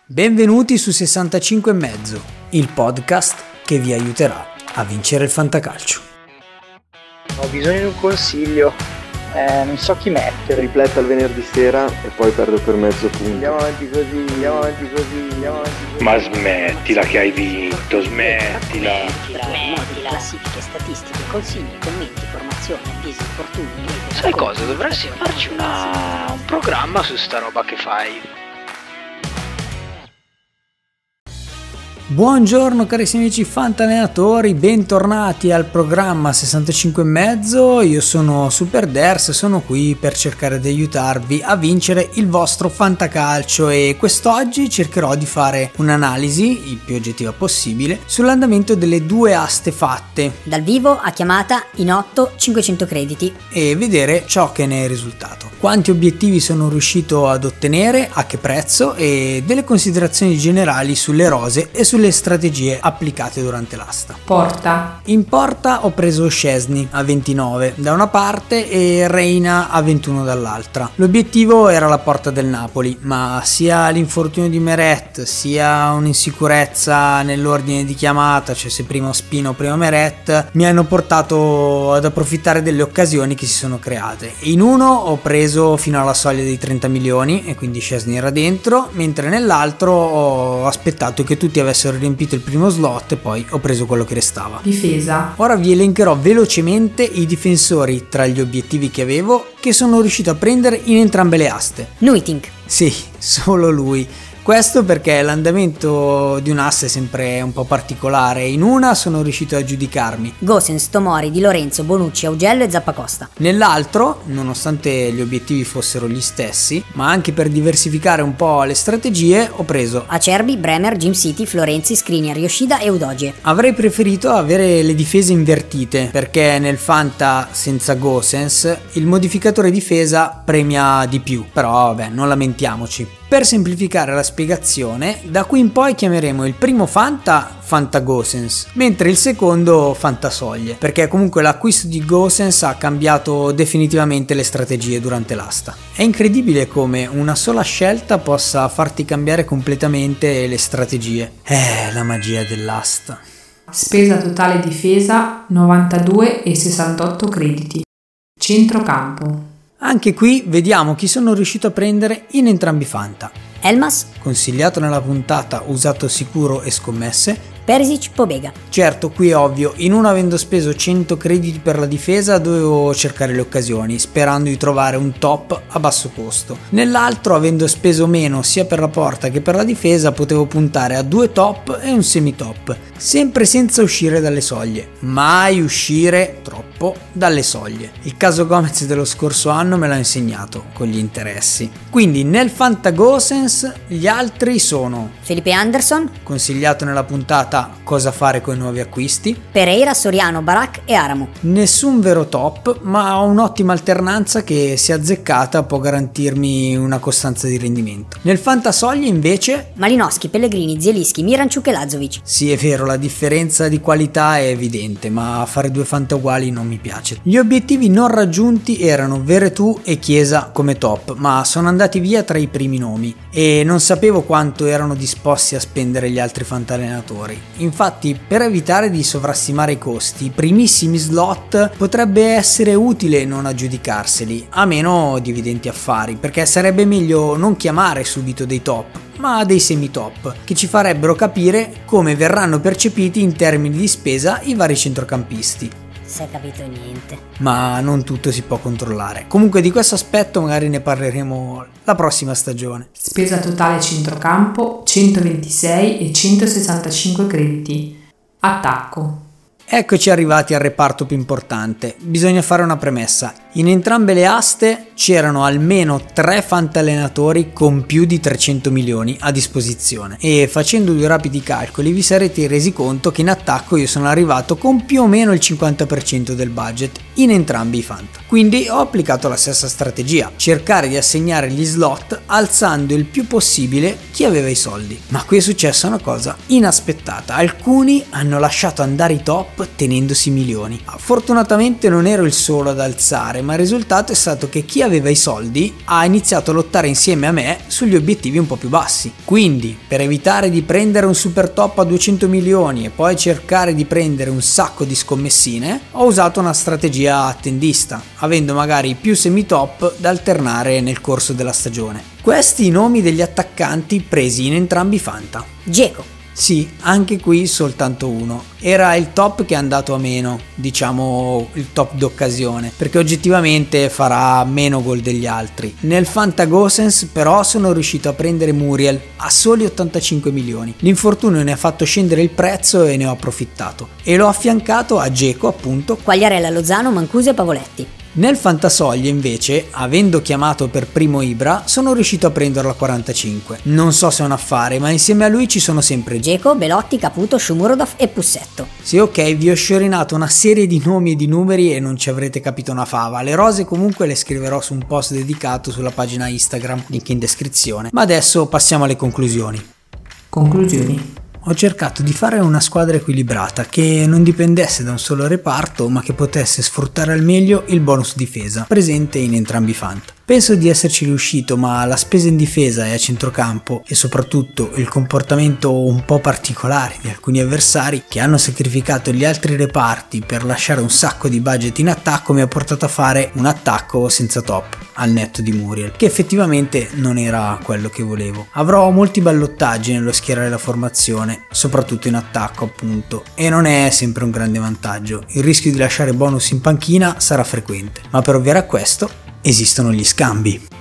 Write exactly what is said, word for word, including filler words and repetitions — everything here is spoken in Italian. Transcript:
Benvenuti su sessantacinque e mezzo, il podcast che vi aiuterà a vincere il fantacalcio. Ho bisogno di un consiglio, eh, non so chi mettere. Ripletta il venerdì sera e poi perdo per mezzo punto. Andiamo avanti così, andiamo avanti così, andiamo avanti così. Ma smettila che hai vinto, smettila. Smettila. Classifiche, statistiche, consigli, commenti, formazione, avvisi, infortuni. Sai cosa? Dovresti farci una... un programma su sta roba che fai. Buongiorno carissimi amici fantallenatori, bentornati al programma sessantacinque e mezzo. Io sono Superders e sono qui per cercare di aiutarvi a vincere il vostro fantacalcio e quest'oggi cercherò di fare un'analisi il più oggettiva possibile sull'andamento delle due aste fatte dal vivo a chiamata in otto cinquecento crediti e vedere ciò che ne è risultato, quanti obiettivi sono riuscito ad ottenere, a che prezzo e delle considerazioni generali sulle rose e sulle strategie applicate durante l'asta. Porta. In porta ho preso Szczesny a ventinove da una parte e Reina a ventuno dall'altra. L'obiettivo era la porta del Napoli, ma sia l'infortunio di Meret sia un'insicurezza nell'ordine di chiamata, cioè se prima Ospina o prima Meret, mi hanno portato ad approfittare delle occasioni che si sono create. In uno ho preso fino alla soglia dei trenta milioni e quindi Szczesny era dentro, mentre nell'altro ho aspettato che tutti avessero riempito il primo slot e poi ho preso quello che restava. Difesa. Ora vi elencherò velocemente i difensori tra gli obiettivi che avevo che sono riuscito a prendere in entrambe le aste. Nuitink. Sì, solo lui. Questo perché l'andamento di un'asse è sempre un po' particolare. In una sono riuscito a giudicarmi Gosens, Tomori, Di Lorenzo, Bonucci, Augello e Zappacosta. Nell'altro, nonostante gli obiettivi fossero gli stessi, ma anche per diversificare un po' le strategie, ho preso Acerbi, Bremer, Jim City, Florenzi, Skriniar, Yoshida e Udogie. Avrei preferito avere le difese invertite perché nel Fanta senza Gosens il modificatore difesa premia di più, però vabbè, non lamentiamoci. Per semplificare la spiegazione, da qui in poi chiameremo il primo Fanta Fanta Gosens, mentre il secondo Fanta Soglie, perché comunque l'acquisto di Gosens ha cambiato definitivamente le strategie durante l'asta. È incredibile come una sola scelta possa farti cambiare completamente le strategie. Eh, la magia dell'asta. Spesa totale difesa novantadue e sessantotto crediti. Centrocampo. Anche qui vediamo chi sono riuscito a prendere in entrambi i Fanta. Elmas, Consigliato nella puntata usato sicuro e scommesse. Perisic, Pobega. Certo, qui è ovvio, in uno avendo speso cento crediti per la difesa dovevo cercare le occasioni, sperando di trovare un top a basso costo. Nell'altro, avendo speso meno sia per la porta che per la difesa, potevo puntare a due top e un semi-top, sempre senza uscire dalle soglie. Mai uscire troppo dalle soglie. Il caso Gomez dello scorso anno me l'ha insegnato con gli interessi. Quindi nel Fanta Gosens gli altri sono Felipe Anderson, consigliato nella puntata cosa fare con i nuovi acquisti, Pereira, Soriano, Barak e Aramu. nessun vero top, ma ho un'ottima alternanza che, se azzeccata, può garantirmi una costanza di rendimento. Nel Fantasoglie invece Malinowski, Pellegrini, Zielinski, Miranchuk e Lazovic. sì, è vero, la differenza di qualità è evidente, ma fare due Fanta uguali non mi piace. Gli obiettivi non raggiunti erano Veretù e Chiesa come top, ma sono andati via tra i primi nomi e non sapevo quanto erano disposti a spendere gli altri fantallenatori. Infatti, per evitare di sovrastimare i costi, i primissimi slot potrebbe essere utile non aggiudicarseli, a meno di evidenti affari, perché sarebbe meglio non chiamare subito dei top, ma dei semi-top, che ci farebbero capire come verranno percepiti in termini di spesa i vari centrocampisti. Si è capito niente. Ma non tutto si può controllare. Comunque di questo aspetto magari ne parleremo la prossima stagione. Spesa totale centrocampo centoventisei e centosessantacinque crediti. Attacco. Eccoci arrivati al reparto più importante. Bisogna fare una premessa. In entrambe le aste c'erano almeno tre fantallenatori con più di trecento milioni a disposizione e facendo due rapidi calcoli vi sarete resi conto che in attacco io sono arrivato con più o meno il cinquanta per cento del budget in entrambi i fanta. Quindi ho applicato la stessa strategia, cercare di assegnare gli slot alzando il più possibile chi aveva i soldi. Ma qui è successa una cosa inaspettata, alcuni hanno lasciato andare i top tenendosi milioni. Fortunatamente non ero il solo ad alzare, ma il risultato è stato che chi aveva i soldi ha iniziato a lottare insieme a me sugli obiettivi un po' più bassi. Quindi, per evitare di prendere un super top a duecento milioni e poi cercare di prendere un sacco di scommessine, ho usato una strategia attendista, avendo magari più semi-top da alternare nel corso della stagione. Questi i nomi degli attaccanti presi in entrambi i Fanta. Dzeko. Sì, anche qui soltanto uno. Era il top che è andato a meno, diciamo il top d'occasione, perché oggettivamente farà meno gol degli altri. Nel Fanta Gosens però sono riuscito a prendere Muriel a soli ottantacinque milioni. L'infortunio ne ha fatto scendere il prezzo e ne ho approfittato. E l'ho affiancato a Dzeko, appunto, Quagliarella, Lozano, Mancuso e Pavoletti. Nel Fantasoglie invece, avendo chiamato per primo Ibra, sono riuscito a prenderlo a quarantacinque. Non so se è un affare, ma insieme a lui ci sono sempre Dzeko, Belotti, Caputo, Shomurodov e Pussetto. Sì, ok, vi ho sciorinato una serie di nomi e di numeri e non ci avrete capito una fava. Le rose comunque le scriverò su un post dedicato sulla pagina Instagram, link in descrizione. Ma adesso passiamo alle conclusioni. Conclusioni. Ho cercato di fare una squadra equilibrata che non dipendesse da un solo reparto ma che potesse sfruttare al meglio il bonus difesa presente in entrambi i Fanta. Penso di esserci riuscito, ma la spesa in difesa e a centrocampo e soprattutto il comportamento un po' particolare di alcuni avversari che hanno sacrificato gli altri reparti per lasciare un sacco di budget in attacco mi ha portato a fare un attacco senza top al netto di Muriel, che effettivamente non era quello che volevo. Avrò molti ballottaggi nello schierare la formazione, soprattutto in attacco appunto, e non è sempre un grande vantaggio. Il rischio di lasciare bonus in panchina sarà frequente, ma per ovviare a questo esistono gli scambi.